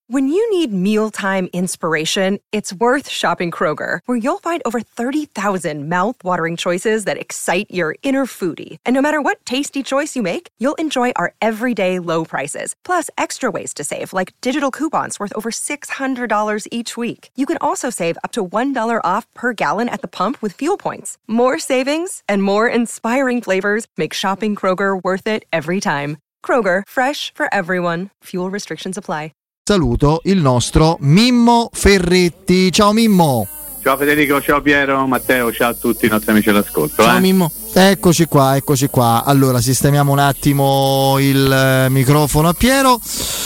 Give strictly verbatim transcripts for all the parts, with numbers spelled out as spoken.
When you need mealtime inspiration, it's worth shopping Kroger, where you'll find over thirty thousand mouth-watering choices that excite your inner foodie. And no matter what tasty choice you make, you'll enjoy our everyday low prices, plus extra ways to save, like digital coupons worth over six hundred dollars each week. You can also save up to one dollar off per gallon at the pump with fuel points. More savings and more inspiring flavors make shopping Kroger worth it every time. Kroger, fresh for everyone. Fuel restrictions apply. Saluto il nostro Mimmo Ferretti. Ciao Mimmo. Ciao Federico, ciao Piero, Matteo, ciao a tutti i nostri amici all'ascolto. Ciao eh? Mimmo. Eccoci qua, eccoci qua. Allora, sistemiamo un attimo il eh, microfono a Piero.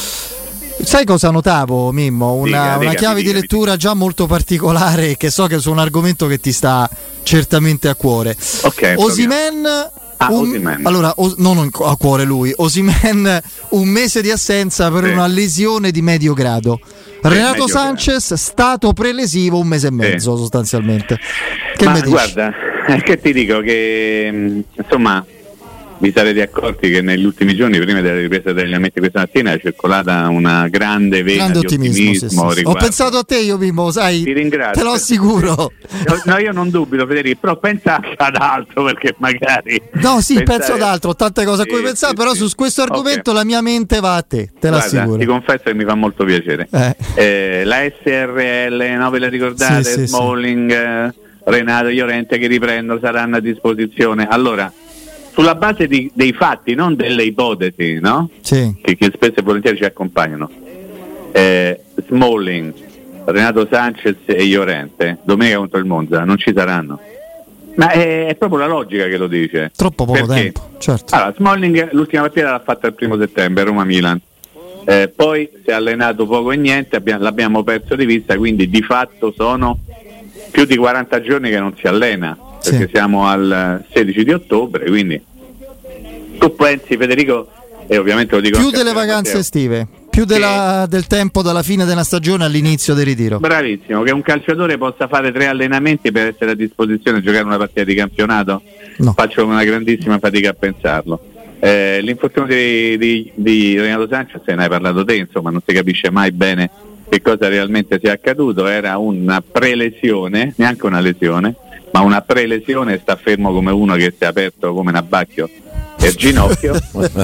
Sai cosa notavo, Mimmo? Una, dica, una dica, chiave dica, di lettura già molto particolare, che so che è un argomento che ti sta certamente a cuore. Ok. Osimhen. Ah, un, Osimhen. allora, o, non a cuore lui, Osimhen un mese di assenza per sì. una lesione di medio grado. Renato medio Sanchez grado. Stato prelesivo un mese e mezzo sì. sostanzialmente. Che Ma me dici? Guarda, che ti dico che insomma vi sarete accorti che negli ultimi giorni, prima della ripresa degli allenamenti questa mattina, è circolata una grande vena grande di ottimismo. ottimismo sì, sì. Ho pensato a te io Mimmo, sai, ti ringrazio. Te lo assicuro. No, io non dubito Federico, però pensa anche ad altro, perché magari... No, sì, pensare... penso ad altro, ho tante cose a cui sì, pensare, sì, però sì. su questo argomento okay. la mia mente va a te, te Guarda, l'assicuro. Ti confesso che mi fa molto piacere. Eh. Eh, la S R L, no, ve la ricordate? Sì, sì, Smalling, sì. Eh, Renato, Llorente che riprendono, saranno a disposizione. Allora... sulla base di, dei fatti, non delle ipotesi, no? Sì. Che, che spesso e volentieri ci accompagnano. Eh, Smalling, Renato Sanchez e Llorente domenica contro il Monza non ci saranno. Ma è, è proprio la logica che lo dice. Troppo poco Perché? tempo, certo. Allora, Smalling l'ultima partita l'ha fatta il primo settembre, Roma-Milan. Eh, poi si è allenato poco e niente, abbiamo, l'abbiamo perso di vista, quindi di fatto sono più di quaranta giorni che non si allena. Perché sì. siamo al sedici di ottobre, quindi tu pensi, Federico, e ovviamente lo dico più delle vacanze estive, più della, del tempo dalla fine della stagione all'inizio del ritiro. Bravissimo, che un calciatore possa fare tre allenamenti per essere a disposizione e giocare una partita di campionato? No. Faccio una grandissima fatica a pensarlo. Eh, l'infortunio di, di, di Renato Sanchez, se ne hai parlato te, insomma non si capisce mai bene che cosa realmente sia accaduto, era una prelesione, neanche una lesione, ma una prelesione, sta fermo come uno che si è aperto come un abbacchio il ginocchio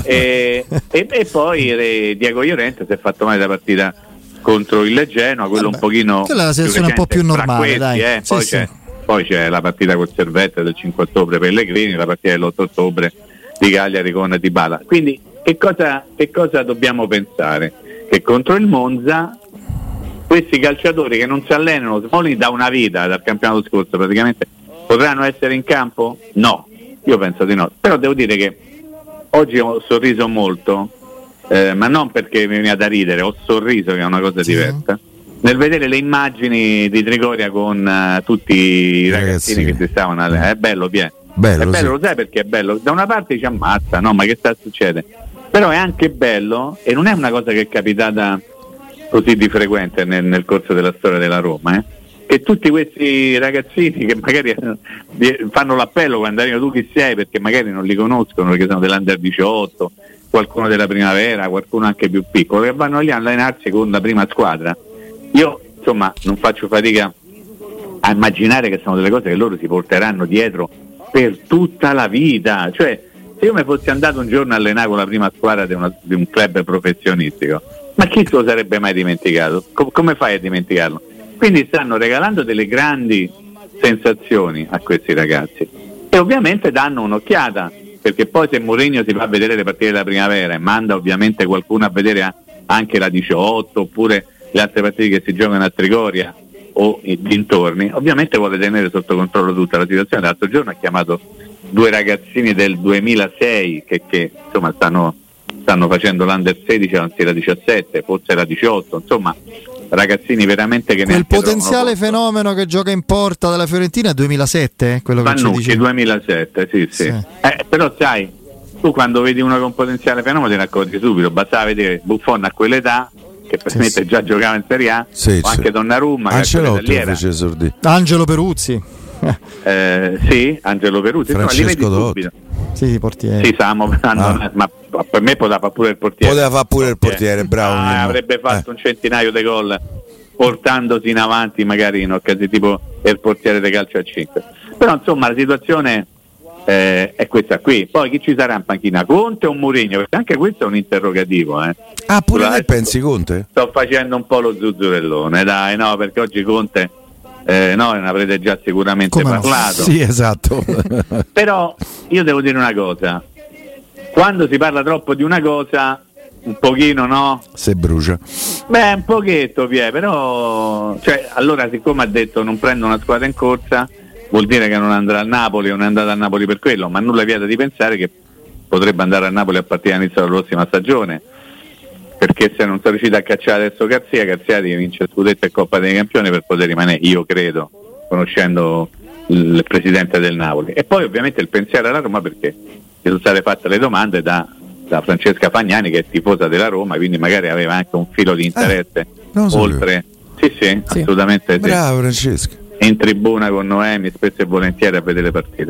e, e, e poi eh, Diego Llorente si è fatto male la partita contro il Genoa, quello Vabbè, un pochino quella è la situazione un po' più normale questi, dai. Eh, sì, poi, sì. C'è, poi c'è la partita col Servette del cinque ottobre Pellegrini, la partita dell'otto ottobre di Cagliari con Dybala. Quindi che cosa, che cosa dobbiamo pensare? Che contro il Monza questi calciatori che non si allenano Smalling da una vita, dal campionato scorso praticamente, potranno essere in campo? No, io penso di no. Però devo dire che oggi ho sorriso molto, eh, ma non perché mi veniva da ridere, ho sorriso, che è una cosa sì. diversa, nel vedere le immagini di Trigoria con uh, tutti i ragazzini Ragazzi. che si stavano allenando. È bello, Pier. Bello, è bello, sì. Lo sai perché è bello? Da una parte ci ammazza, no, ma che sta succedendo? Però è anche bello, e non è una cosa che è capitata così di frequente nel, nel corso della storia della Roma, eh? che tutti questi ragazzini che magari fanno l'appello quando arrivano, tu chi sei, perché magari non li conoscono, perché sono dell'Under diciotto, qualcuno della primavera, qualcuno anche più piccolo, che vanno lì a allenarsi con la prima squadra. Io insomma non faccio fatica a immaginare che sono delle cose che loro si porteranno dietro per tutta la vita. Cioè, se io mi fossi andato un giorno a allenare con la prima squadra di, una, di un club professionistico, ma chi se lo sarebbe mai dimenticato? Com- come fai a dimenticarlo? Quindi stanno regalando delle grandi sensazioni a questi ragazzi e ovviamente danno un'occhiata, perché poi se Mourinho si fa a vedere le partite della primavera e manda ovviamente qualcuno a vedere anche la diciotto oppure le altre partite che si giocano a Trigoria o dintorni, ovviamente vuole tenere sotto controllo tutta la situazione. L'altro giorno ha chiamato due ragazzini del duemilasei che, che insomma stanno, stanno facendo l'Under sedici, anzi la diciassette, forse la diciotto, insomma ragazzini veramente che quel potenziale fenomeno che gioca in porta della Fiorentina è duemilasette, quello che Vannucchi, ci dice. duemilasette, sì, sì. sì. Eh, però sai, tu quando vedi uno con potenziale fenomeno te ne accorgi subito, bastava vedere Buffon a quell'età che permette sì, già giocava in Serie A, sì, o anche Donnarumma, Ancelotti fece esordire. Angelo Peruzzi. eh, sì, Angelo Peruzzi, Francesco Dotti. Sì, sì, portiere. Sì, stiamo ah. ma per me poteva fare pure il portiere. Poteva fare pure il portiere, bravo. Ah, avrebbe fatto eh. un centinaio di gol portandosi in avanti magari in occasioni tipo il portiere di calcio a cinque. Però insomma la situazione eh, è questa qui. Poi chi ci sarà in panchina? Conte o Mourinho? Perché anche questo è un interrogativo. Eh. Ah, pure lei pensi Conte? Sto facendo un po' lo zuzzurellone, dai, no, perché oggi Conte eh, no, ne avrete già sicuramente Come parlato. No? Sì, esatto. Però io devo dire una cosa. Quando si parla troppo di una cosa, un pochino, no? Se brucia. Beh, un pochetto, Pie, però cioè, allora siccome ha detto non prendo una squadra in corsa, vuol dire che non andrà al Napoli o non è andato a Napoli per quello, ma nulla vieta di pensare che potrebbe andare a Napoli a partire dall'inizio della prossima stagione, perché se non sono riuscito a cacciare adesso Garzia, Garzia deve vincere Scudetto e Coppa dei Campioni per poter rimanere, io credo, conoscendo il presidente del Napoli. E poi ovviamente il pensiero alla Roma, perché ci sono state fatte le domande da, da Francesca Fagnani, che è tifosa della Roma, quindi magari aveva anche un filo di interesse eh, oltre sì, sì, sì, assolutamente sì. Bravo Francesca. In tribuna con Noemi spesso e volentieri a vedere le partite.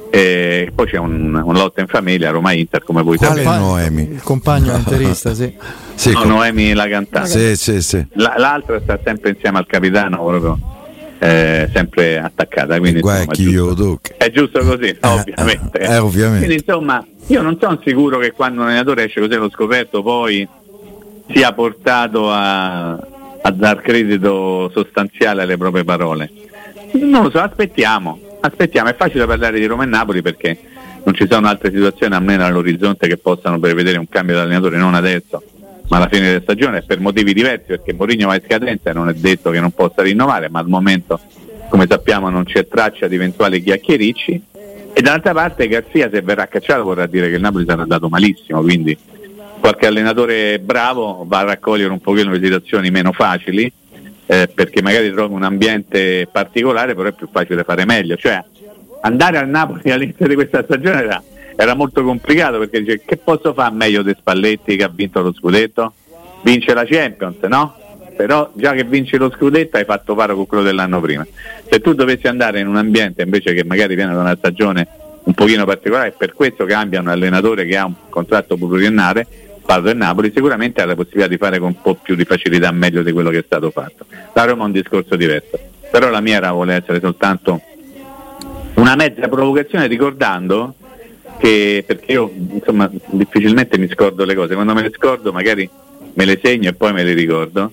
E poi c'è un, un lotta in famiglia, Roma-Inter, come voi sapete. Quale Noemi? Il compagno interista, sì. sì no, com- Noemi la cantante. Sì, sì, sì. La, l'altra sta sempre insieme al capitano, proprio eh, sempre attaccata. Quindi, insomma, è, giusto, è giusto così, eh, ovviamente. Eh, ovviamente. Quindi insomma, io non sono sicuro che quando un allenatore esce così allo scoperto poi sia portato a, a dar credito sostanziale alle proprie parole. Non lo so, aspettiamo, aspettiamo, è facile parlare di Roma e Napoli perché non ci sono altre situazioni almeno all'orizzonte che possano prevedere un cambio di allenatore, non adesso, ma alla fine della stagione, per motivi diversi, perché Mourinho va in scadenza e non è detto che non possa rinnovare, ma al momento, come sappiamo, non c'è traccia di eventuali chiacchiericci. E dall'altra parte Garzia, se verrà cacciato, vorrà dire che il Napoli sarà andato malissimo, quindi qualche allenatore bravo va a raccogliere un pochino le situazioni meno facili, Eh, perché magari trovi un ambiente particolare, però è più facile fare meglio. Cioè andare al Napoli all'inizio di questa stagione era, era molto complicato, perché dice, che posso fare meglio di Spalletti che ha vinto lo scudetto? Vince la Champions, no? Però già che vinci lo scudetto hai fatto paro con quello dell'anno prima. Se tu dovessi andare in un ambiente invece che magari viene da una stagione un pochino particolare, è per questo cambia un allenatore che ha un contratto pluriennale, parlo del Napoli, sicuramente ha la possibilità di fare con un po' più di facilità meglio di quello che è stato fatto. La Roma è un discorso diverso, però la mia era vuole essere soltanto una mezza provocazione, ricordando che, perché io insomma difficilmente mi scordo le cose, quando me le scordo magari me le segno e poi me le ricordo.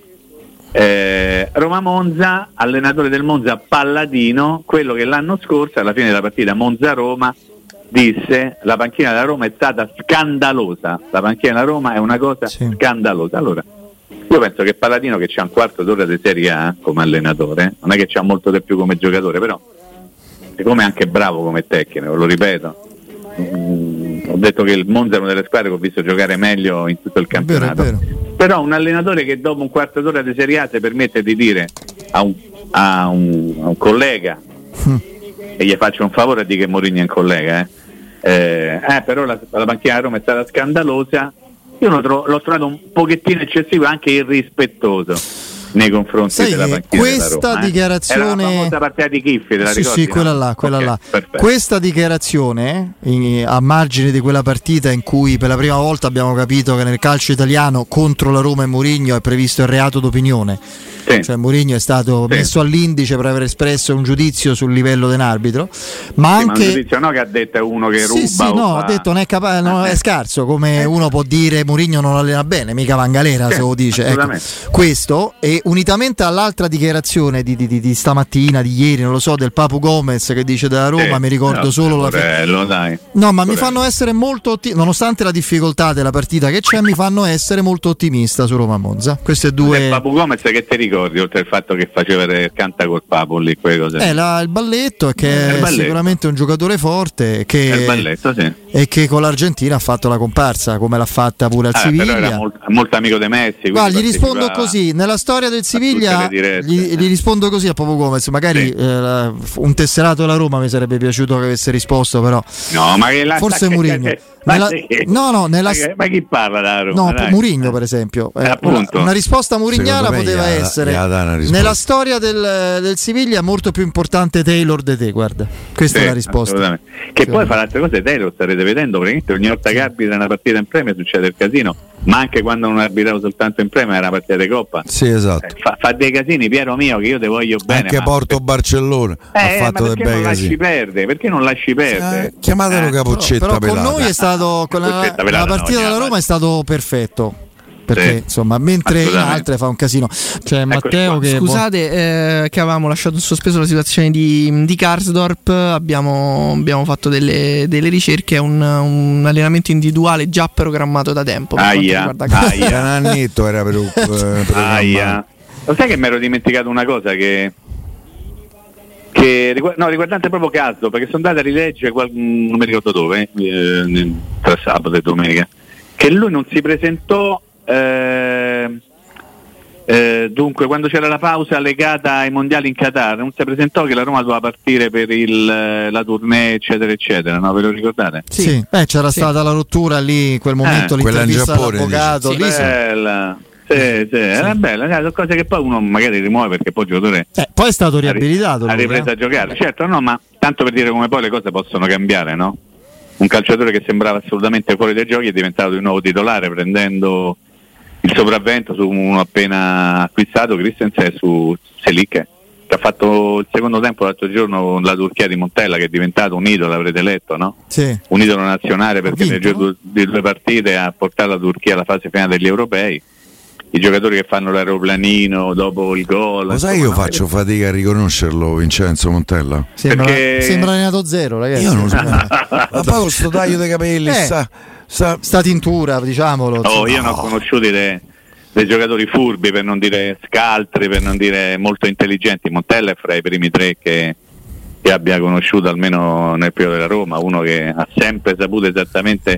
eh, Roma-Monza, allenatore del Monza Palladino, quello che l'anno scorso alla fine della partita Monza-Roma disse la panchina della Roma è stata scandalosa, la panchina della Roma è una cosa sì. scandalosa. Allora io penso che Palladino, che c'ha un quarto d'ora di Serie A come allenatore, non è che c'ha molto di più come giocatore, però siccome è anche bravo come tecnico, lo ripeto, mm, ho detto che il Monza è una delle squadre che ho visto giocare meglio in tutto il campionato, vero, vero. Però un allenatore che dopo un quarto d'ora di Serie A si permette di dire a un, a un, a un collega mm. e gli faccio un favore a dire che Mourinho è un collega, eh Eh, eh, però la, la panchina di Roma è stata scandalosa. Io l'ho, tro- l'ho trovato un pochettino eccessivo, anche irrispettoso nei confronti Sai della panchina questa della Roma, dichiarazione eh? Era la famosa partita di Chiffi, te la sì, ricordi? sì, quella no? là, quella okay, là. Perfetto. Questa dichiarazione in, a margine di quella partita in cui per la prima volta abbiamo capito che nel calcio italiano contro la Roma e Mourinho è previsto il reato d'opinione. Sì. Cioè Mourinho è stato sì. messo all'indice per aver espresso un giudizio sul livello di un arbitro, ma sì, anche ma un giudizio no che ha detto è uno che sì, ruba sì, o no, fa... ha detto non è capace, non è scarso, come eh. uno può dire Mourinho non allena bene, mica va in galera sì, se lo dice, ecco. Questo e unitamente all'altra dichiarazione di, di, di, di stamattina, di ieri, non lo so, del Papu Gomez che dice della Roma, sì, mi ricordo no, solo porello, la dai. No, ma porello. Mi fanno essere molto ottimista, nonostante la difficoltà della partita che c'è, mi fanno essere molto ottimista su Roma Monza. Queste due. Il Papu Gomez che ti ricordi, oltre al fatto che faceva il canta col Papu lì, quelle cose. Eh, la, il balletto è che il è balletto. Sicuramente un giocatore forte che, il balletto, sì. E che con l'Argentina ha fatto la comparsa come l'ha fatta pure al eh, Siviglia. Però era molto, molto amico di Messi. Ma gli rispondo così, nella storia del Siviglia gli, gli rispondo così a Papu Gomez, magari sì. eh, un tesserato della Roma mi sarebbe piaciuto che avesse risposto, però no, ma che la forse Mourinho. Ma, nella, sì. no, no, nella, ma, che, ma chi parla da Roma? no, Mourinho per esempio. Eh, Eh, una, una risposta murignana poteva gli ha, essere gli ha dato una risposta. nella storia del, del Siviglia molto più importante Taylor di te, guarda. Questa sì, è la risposta. Che poi fa altre cose, Taylor starete vedendo, praticamente ogni volta che arbitra una partita in Premier succede il casino, ma anche quando non arbitravo soltanto in Premier era una partita di Coppa. Sì, esatto. Eh, fa, fa dei casini, Piero mio, che io te voglio bene. Anche ma Porto Barcellona eh, ha fatto ma dei perché bei non lasci casini. perdere? Perché non lasci perdere? Eh, chiamatelo Eh, Capoccetta Però, però con pelata. noi è stato con la, Capoccetta la pelata, partita no, della chiama. Roma è stato perfetto. Perché Sì, insomma, mentre in assolutamente. altre fa un casino. C'è Matteo qua. che Scusate eh, che avevamo lasciato in sospeso la situazione di, di Karsdorp, abbiamo, abbiamo fatto delle, delle ricerche, è un, un allenamento individuale già programmato da tempo. Per Aia, quanto riguarda Karsdorp. Da un annetto era per, eh, programmato. Aia. Lo sai che mi ero dimenticato una cosa che, che rigu- no, riguardante proprio caso, perché sono andato a rileggere qual- non mi ricordo dove, eh, tra sabato e domenica, che lui non si presentò eh, eh, dunque quando c'era la pausa legata ai mondiali in Qatar, non si presentò che la Roma doveva partire per il, la tournée eccetera eccetera, no? Ve lo ricordate? Sì, sì. Beh, c'era Sì. stata la rottura lì in quel momento, Eh, quella in l'intervista Giappone, all'avvocato dici. lì, Sì. sì. Bella. Sì, sì, era bella, dai, sono cose che poi uno magari rimuove perché poi il giocatore Eh, poi è stato riabilitato ha lui, ripreso eh. a giocare, certo, no, ma tanto per dire come poi le cose possono cambiare, no? Un calciatore che sembrava assolutamente fuori dai giochi è diventato di nuovo titolare prendendo il sopravvento su uno appena acquistato, Christensen, su Selic, che ha fatto il secondo tempo l'altro giorno con la Turchia di Montella, che è diventato un idolo, l'avrete letto, no? Sì. Un idolo nazionale perché vinto, nel giro no? di due partite ha portato la Turchia alla fase finale degli europei. I giocatori che fanno l'aeroplanino dopo il gol. Lo sai, insomma, io faccio fatica a riconoscerlo, Vincenzo Montella. Sembra, Perché- sembra allenatto zero, ragazzi. Io non so. Eh. Ma poi con sto taglio dei capelli, Eh. sta, sta, Sta tintura, diciamolo. Oh, io insomma. ne ho conosciuti dei, dei giocatori furbi, per non dire scaltri, per non dire molto intelligenti. Montella è fra i primi tre che, che abbia conosciuto almeno nel periodo della Roma, uno che ha sempre saputo esattamente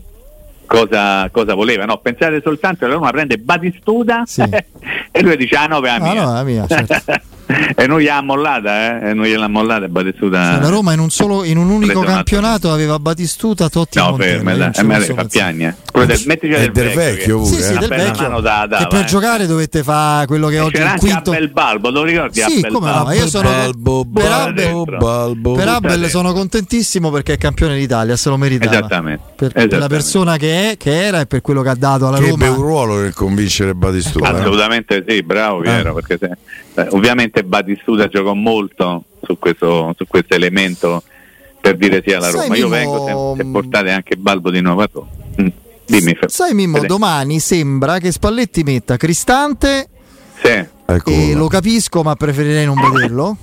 cosa, cosa voleva. No, pensate soltanto che la Roma prende Batistuta Sì. e lui dice ah no, è la Ah, mia. no, è la mia, certo. E non gliel'ha mollata, eh? E non gliel'ha mollata e Batistuta. Cioè, la Roma in un solo in un unico Preso un altro- campionato aveva Batistuta, Totti e No, Montella. ferma, Io dai, non ci a me posso fa pensare. piagne. Quello del, mettici è del, del vecchio che- pure, Sì, sì, eh. del Una bella vecchio. mano da- da- che per eh. giocare dovete fare quello che E oggi è c'era il anche quinto. Abel Balbo, lo ricordi? Sì, Abel come no, Balbo? ma io sono Balbo, per Abel, dentro. Balbo. per Butta Abel dentro. sono contentissimo perché è campione d'Italia, se lo meritava. Esattamente. Per, per la Esattamente. persona che è, che era e per quello che ha dato alla Che Roma. ebbe un ruolo nel convincere Batistuta. eh. Assolutamente sì, bravo Piero, Eh. perché se, eh, ovviamente Batistuta giocò molto su questo, su questo elemento per dire sì alla Sai, Roma. Io Mimmo, vengo se, se portate anche Balbo di nuovo a Roma. Mm. Dimmi. Fer- Sai Mimmo, Fede. domani sembra che Spalletti metta Cristante, Sì. Eccolo e là. lo capisco ma preferirei non vederlo,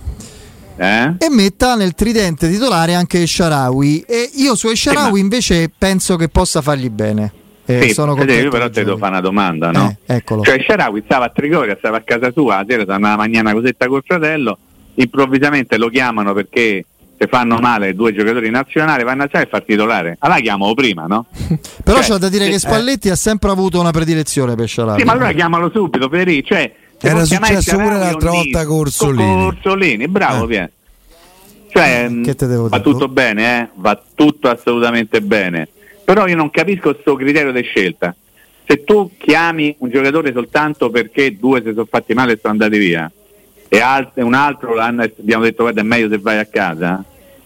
Eh? e metta nel tridente titolare anche Shaarawy, e io su Shaarawy ma- invece penso che possa fargli bene. Eh, Sì, sono Fede, contento io però del te devo gioco. fare una domanda, no? Eh, eccolo. Cioè Shaarawy stava a Trigoria, stava a casa sua, la sera stava a mangiare una cosetta col fratello, improvvisamente lo chiamano perché se fanno male due giocatori nazionali, vanno a e far titolare. Allora chiamalo prima, no? Però cioè, c'è da dire sì, che Spalletti ha sempre avuto una predilezione per Shaarawy. Sì, ma allora chiamalo subito, Peri, cioè se Era può chiamare successo pure Shaarawy l'altra o volta Nisi, con Orsolini. con Orsolini, bravo, Eh. Pier. Cioè, Eh, che te devo va dire? tutto bene, eh? Va tutto assolutamente bene. Però io non capisco questo criterio di scelta. Se tu chiami un giocatore soltanto perché due si sono fatti male e sono andati via, e alt- un altro l'hanno, abbiamo detto guarda è meglio se vai a casa,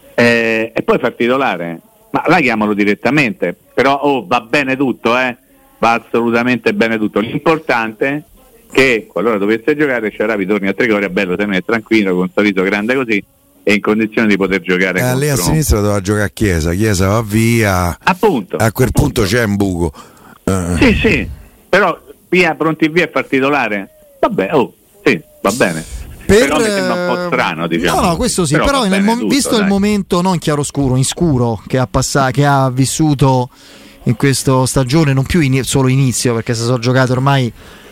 eh, e poi far titolare, ma la chiamalo direttamente. Però oh, va bene tutto, eh? Va assolutamente bene tutto. L'importante è che qualora dovesse giocare Shaarawy torni a Trigoria bello, sereno e tranquillo, con un sorriso grande così, e in condizione di poter giocare Eh, lì a contro- sinistra doveva giocare a Chiesa, Chiesa va via, appunto a quel punto c'è un buco. Eh. sì sì, però via, pronti via a far titolare, vabbè, oh sì, va bene. Per, Però mi sembra un po' strano, diciamo. No, no, questo sì, Però però, va nel bene mom- tutto, visto dai. il momento non chiaroscuro, in scuro che ha passato, che ha vissuto in questa stagione, non più in- solo inizio, perché si sono giocate ormai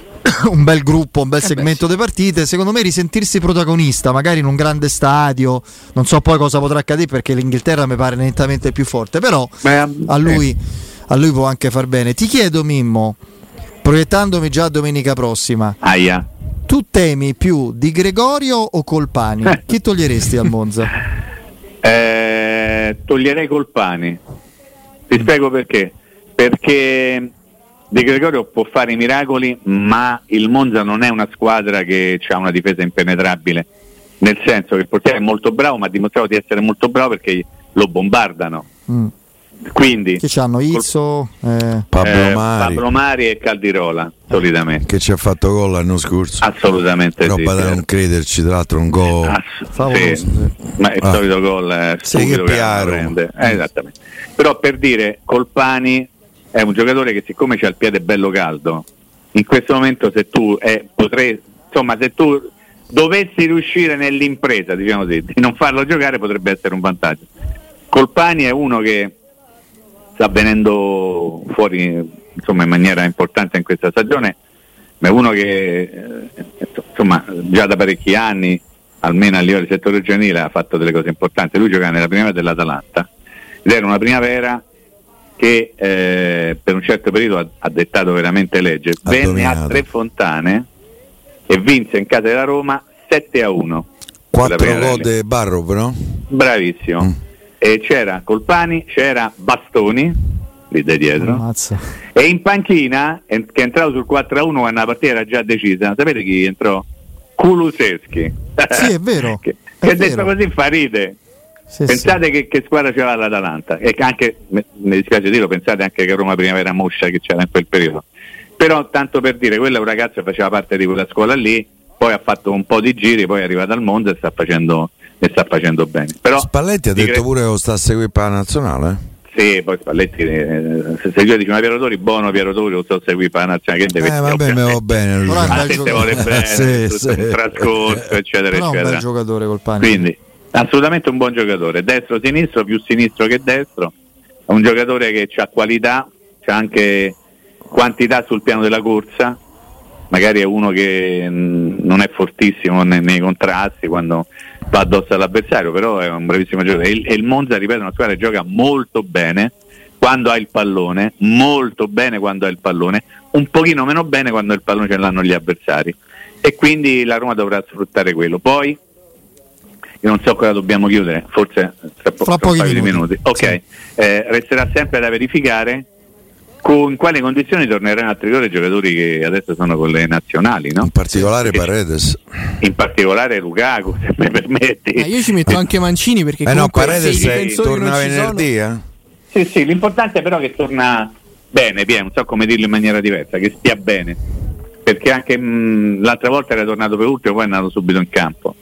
un bel gruppo, un bel segmento di partite, secondo me risentirsi protagonista, magari in un grande stadio, non so poi cosa potrà accadere perché l'Inghilterra mi pare nettamente più forte, però Beh, a lui, a lui può anche far bene. Ti chiedo Mimmo, proiettandomi già domenica prossima, Aia. tu temi più Di Gregorio o Colpani? Chi toglieresti al Monza? Eh, toglierei Colpani. Ti spiego perché. perché De Gregorio può fare i miracoli, ma il Monza non è una squadra che ha una difesa impenetrabile, nel senso che il portiere è molto bravo, ma ha dimostrato di essere molto bravo perché lo bombardano. Mm. Quindi che c'hanno Izzo, eh, Pablo, eh, Mari. Pablo Mari e Caldirola solitamente, che ci ha fatto gol l'anno scorso. Assolutamente roba sì, da certo. non crederci, tra l'altro un gol Ass- sì, sì. Ma il ah. solito gol è sì, che, che prende. Eh, esattamente. Però per dire, Colpani è un giocatore che, siccome c'ha il piede bello caldo, in questo momento se tu eh, potrei, insomma, se tu dovessi riuscire nell'impresa, diciamo così, di non farlo giocare, potrebbe essere un vantaggio. Colpani è uno che sta venendo fuori, insomma, in maniera importante in questa stagione, ma è uno che eh, insomma già da parecchi anni, almeno a livello del settore giovanile, ha fatto delle cose importanti. Lui giocava nella primavera dell'Atalanta ed era una primavera che eh, per un certo periodo ha, ha dettato veramente legge. Ha Venne dominato. a Tre Fontane e vinse in casa della Roma sette a uno. quattro gol di Barrow, no? Bravissimo. Mm. E c'era Colpani, c'era Bastoni lì da dietro. Mazza. E in panchina, che è entrato sul quattro a uno quando la partita era già decisa, sapete chi entrò? Kulusevski. Sì, è vero. che è che vero. detto così fa ride. Sì, pensate sì. Che, che squadra c'era l'Atalanta, e che anche, mi dispiace dirlo, pensate anche che Roma Primavera Moscia che c'era in quel periodo. Però tanto per dire, quello è un ragazzo che faceva parte di quella scuola lì, poi ha fatto un po' di giri, poi è arrivato al Monza e sta facendo, e sta facendo bene. Però Spalletti ha detto cre- pure che lo sta a seguire per la nazionale. Sì, poi Spalletti, eh, se se io dico una Piero Tori, buono Piero Tori, lo so seguire per la nazionale, che deve Eh vabbè, me va bene lui. Però è un a bel te te vuole bene, Sì, tutto sì. il trascorso, eccetera, Però è un eccetera. bel giocatore Colpani. Quindi assolutamente un buon giocatore, destro sinistro, più sinistro che destro, è un giocatore che ha qualità, c'ha anche quantità sul piano della corsa, magari è uno che mh, non è fortissimo nei, nei contrasti quando va addosso all'avversario, però è un bravissimo giocatore. E il, e il Monza, ripeto, è una squadra che gioca molto bene quando ha il pallone, molto bene quando ha il pallone, un pochino meno bene quando il pallone ce l'hanno gli avversari, e quindi la Roma dovrà sfruttare quello. Poi io non so cosa dobbiamo chiudere, forse tra, po- Fra tra un pochi paio di minuti. minuti. Ok, Sì. eh, resterà sempre da verificare con in quali condizioni torneranno a Trigoria i giocatori che adesso sono con le nazionali, no? In particolare Sì. Paredes. In particolare Lukaku, se mi permetti. Eh, io ci metto anche Mancini perché Eh no, comunque Paredes se i è- difensori torna non ci venerdì, eh? Sì, sì, l'importante è però che torna bene, Pier, non so come dirlo in maniera diversa, che stia bene, perché anche mh, l'altra volta era tornato per ultimo, poi è andato subito in campo.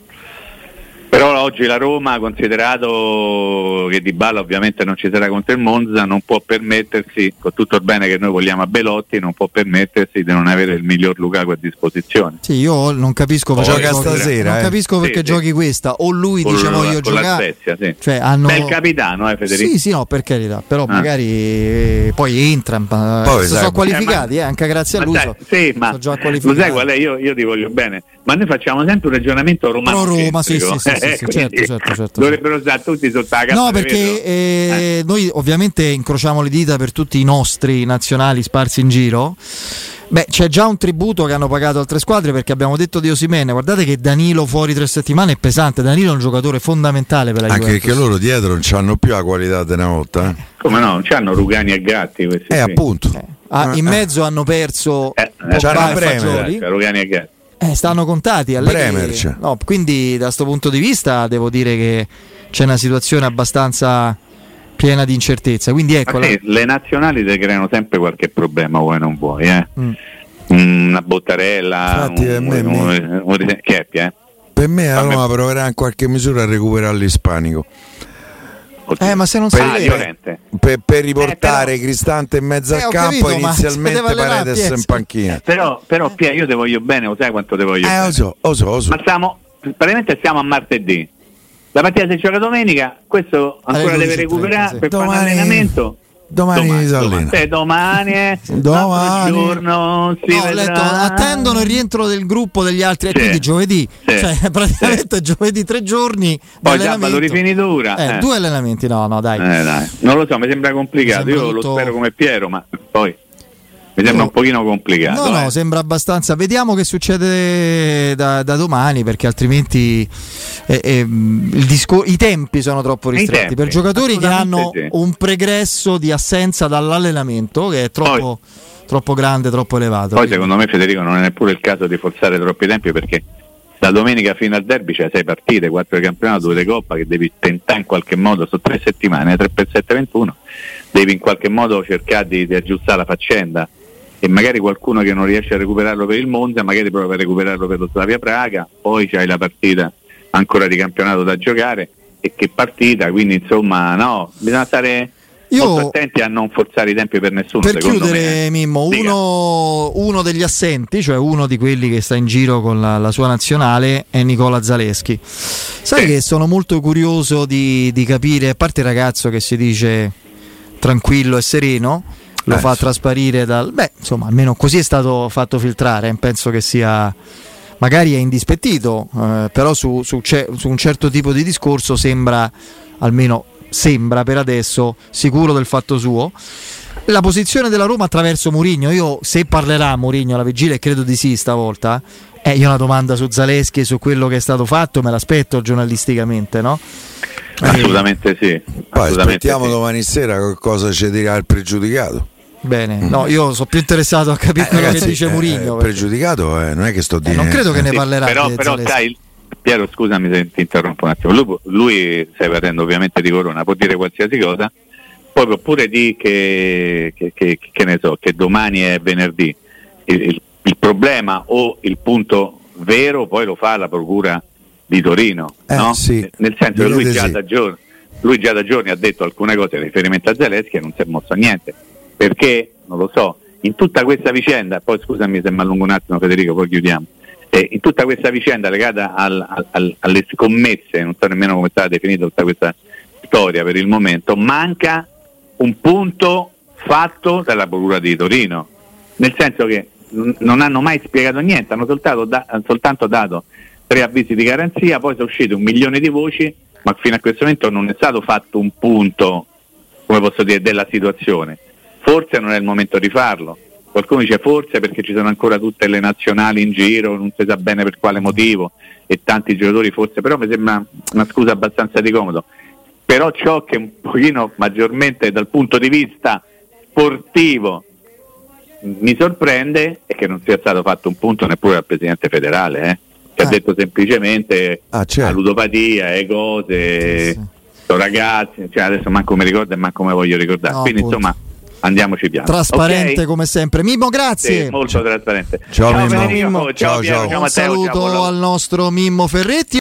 Però oggi la Roma, considerato che Dybala ovviamente non ci sarà contro il Monza, non può permettersi, con tutto il bene che noi vogliamo a Belotti, non può permettersi di non avere il miglior Lukaku a disposizione. Sì, io non capisco perché Gioca giochi- stasera, non eh. capisco Sì, perché sì. giochi questa, o lui Con dice la- voglio con la giocare, Spezia, sì. cioè hanno Bel capitano, eh Federico? Sì, sì, no, per carità, però Ah. magari eh, poi entra, ma- Poi, si sai, sono qualificati, eh, eh, anche grazie a Ma lui. sai, so- sì, ma sono già lo qualificati. sai qual è? Io, io ti voglio bene, ma noi facciamo sempre un ragionamento romano. Pro Roma, sì, sì, sì, sì, sì, certo, certo, certo. Dovrebbero stare tutti sotto la cassa. No, di perché vetro. eh, Eh. noi ovviamente incrociamo le dita per tutti i nostri nazionali sparsi in giro. Beh, c'è già un tributo che hanno pagato altre squadre, perché abbiamo detto di Osimhen. Guardate che Danilo fuori tre settimane è pesante. Danilo è un giocatore fondamentale per la Anche Juventus. perché loro dietro non hanno più la qualità di una volta. Eh, Come no? Non c'hanno Rugani e Gatti questi. eh qui. appunto. Ah, in mezzo hanno perso Eh, eh, Pogba c'hanno e Bremer. Fagioli. C'è Rugani e Gatti. Eh, stanno contati. Allegri- Bremer c'è. no, quindi da questo punto di vista devo dire che c'è una situazione abbastanza piena di incertezza. Quindi ecco, Ma la- sì, le nazionali ti creano sempre qualche problema, vuoi non vuoi, eh? Mm. Una Bottarella, Infatti, un, a me- un, un, un, che è, Pie? Per me la Fammi- Roma proverà in qualche misura a recuperare l'ispanico. Oddio. Eh, ma se non si Ah, vede- Llorente. Per, per riportare Eh, però- Cristante in mezzo Eh, al ho campo, capito, ma si inizialmente poteva allenare, Paredes in Piezza. panchina. Però, però Pie, io ti voglio bene, lo sai quanto ti voglio Eh, bene. lo so, lo so, lo so. Ma stiamo, praticamente stiamo a martedì. La partita si gioca domenica, questo ancora Alle deve dodici e trenta, recuperare sì. per fare un Domani- allenamento. Domani si allena. domani, eh, domani, eh, Domani. l'altro giorno si No, ho vedrà. letto, attendono il rientro del gruppo degli altri, e Sì. quindi giovedì, Sì. cioè praticamente giovedì tre giorni. di Poi allenamento. sabato rifinitura. Eh, eh. due allenamenti, no, no, dai. Eh, dai. Non lo so, mi sembra complicato. Mi sembra Io tutto- lo spero come Piero, ma poi Mi sembra un pochino complicato. No, no, eh. sembra abbastanza. Vediamo che succede da, da domani, perché altrimenti eh, eh, il discor- i tempi sono troppo ristretti tempi, per giocatori che hanno sì. un pregresso di assenza dall'allenamento che è troppo, poi, troppo grande, troppo elevato. Poi secondo me, Federico, non è neppure il caso di forzare troppi tempi, perché da domenica fino al derby c'è sei partite, quattro di campionato, due di coppa, che devi tentare in qualche modo, su tre settimane, tre per sette ventuno, devi in qualche modo cercare di, di aggiustare la faccenda, e magari qualcuno che non riesce a recuperarlo per il Monza magari prova a recuperarlo per lo Slavia Praga, poi c'hai la partita ancora di campionato da giocare, e che partita, quindi insomma no, bisogna stare Io, molto attenti a non forzare i tempi per nessuno. Per chiudere, me. Mimmo, uno, uno degli assenti, cioè uno di quelli che sta in giro con la, la sua nazionale, è Nicola Zaleschi. Sai sì. che sono molto curioso di, di capire, a parte il ragazzo che si dice tranquillo e sereno, lo eh, fa trasparire dal... Beh, insomma, almeno così è stato fatto filtrare, penso che sia... Magari è indispettito, eh, però su, su, su un certo tipo di discorso sembra, almeno sembra per adesso, sicuro del fatto suo. La posizione della Roma attraverso Mourinho, io se parlerà Mourinho alla vigilia, e credo di sì stavolta, eh, io una domanda su Zaleschi e su quello che è stato fatto me l'aspetto giornalisticamente, no? Assolutamente sì. Poi assolutamente aspettiamo sì. Domani sera cosa ci dirà il pregiudicato. Bene, no, io sono più interessato a capire eh, quello ragazzi, che dice eh, Mourinho. Il pregiudicato eh, non è che sto dicendo. Eh, non credo che ne sì, parlerà. Però, però sai, Piero, scusami se ti interrompo un attimo. Lui, lui stai parlando ovviamente di Corona, può dire qualsiasi cosa, poi può pure dire che, che, che, che ne so, che domani è venerdì. Il, il, il problema o il punto vero poi lo fa la procura di Torino, eh, no? Sì. Nel senso che lui già sì. da giorni lui già da giorni ha detto alcune cose in riferimento a Zaleschi e non si è mosso a niente, perché non lo so, in tutta questa vicenda, poi scusami se mi allungo un attimo Federico, poi chiudiamo, eh, in tutta questa vicenda legata al, al, alle scommesse, non so nemmeno come è stata definita tutta questa storia per il momento, manca un punto fatto dalla procura di Torino, nel senso che n- non hanno mai spiegato niente, hanno soltanto, da- soltanto dato tre avvisi di garanzia, poi sono uscite un milione di voci, ma fino a questo momento non è stato fatto un punto, come posso dire, della situazione. Forse non è il momento di farlo. Qualcuno dice forse perché ci sono ancora tutte le nazionali in giro, non si sa bene per quale motivo, e tanti giocatori forse, però mi sembra una scusa abbastanza di comodo. Però ciò che un pochino maggiormente dal punto di vista sportivo mi sorprende è che non sia stato fatto un punto neppure al Presidente federale, eh. che ah. ha detto semplicemente ah, certo. la ludopatia, le cose, sì, sì. sono ragazzi, cioè adesso manco mi ricordo e manco me voglio ricordare, no, quindi appunto. Insomma andiamoci piano. Trasparente okay. Come sempre. Mimmo, grazie. Sì, molto trasparente. Ciao, ciao Mimmo. Mimmo. Ciao, ciao, ciao. ciao. Un Matteo, saluto ciao, al nostro Mimmo Ferretti.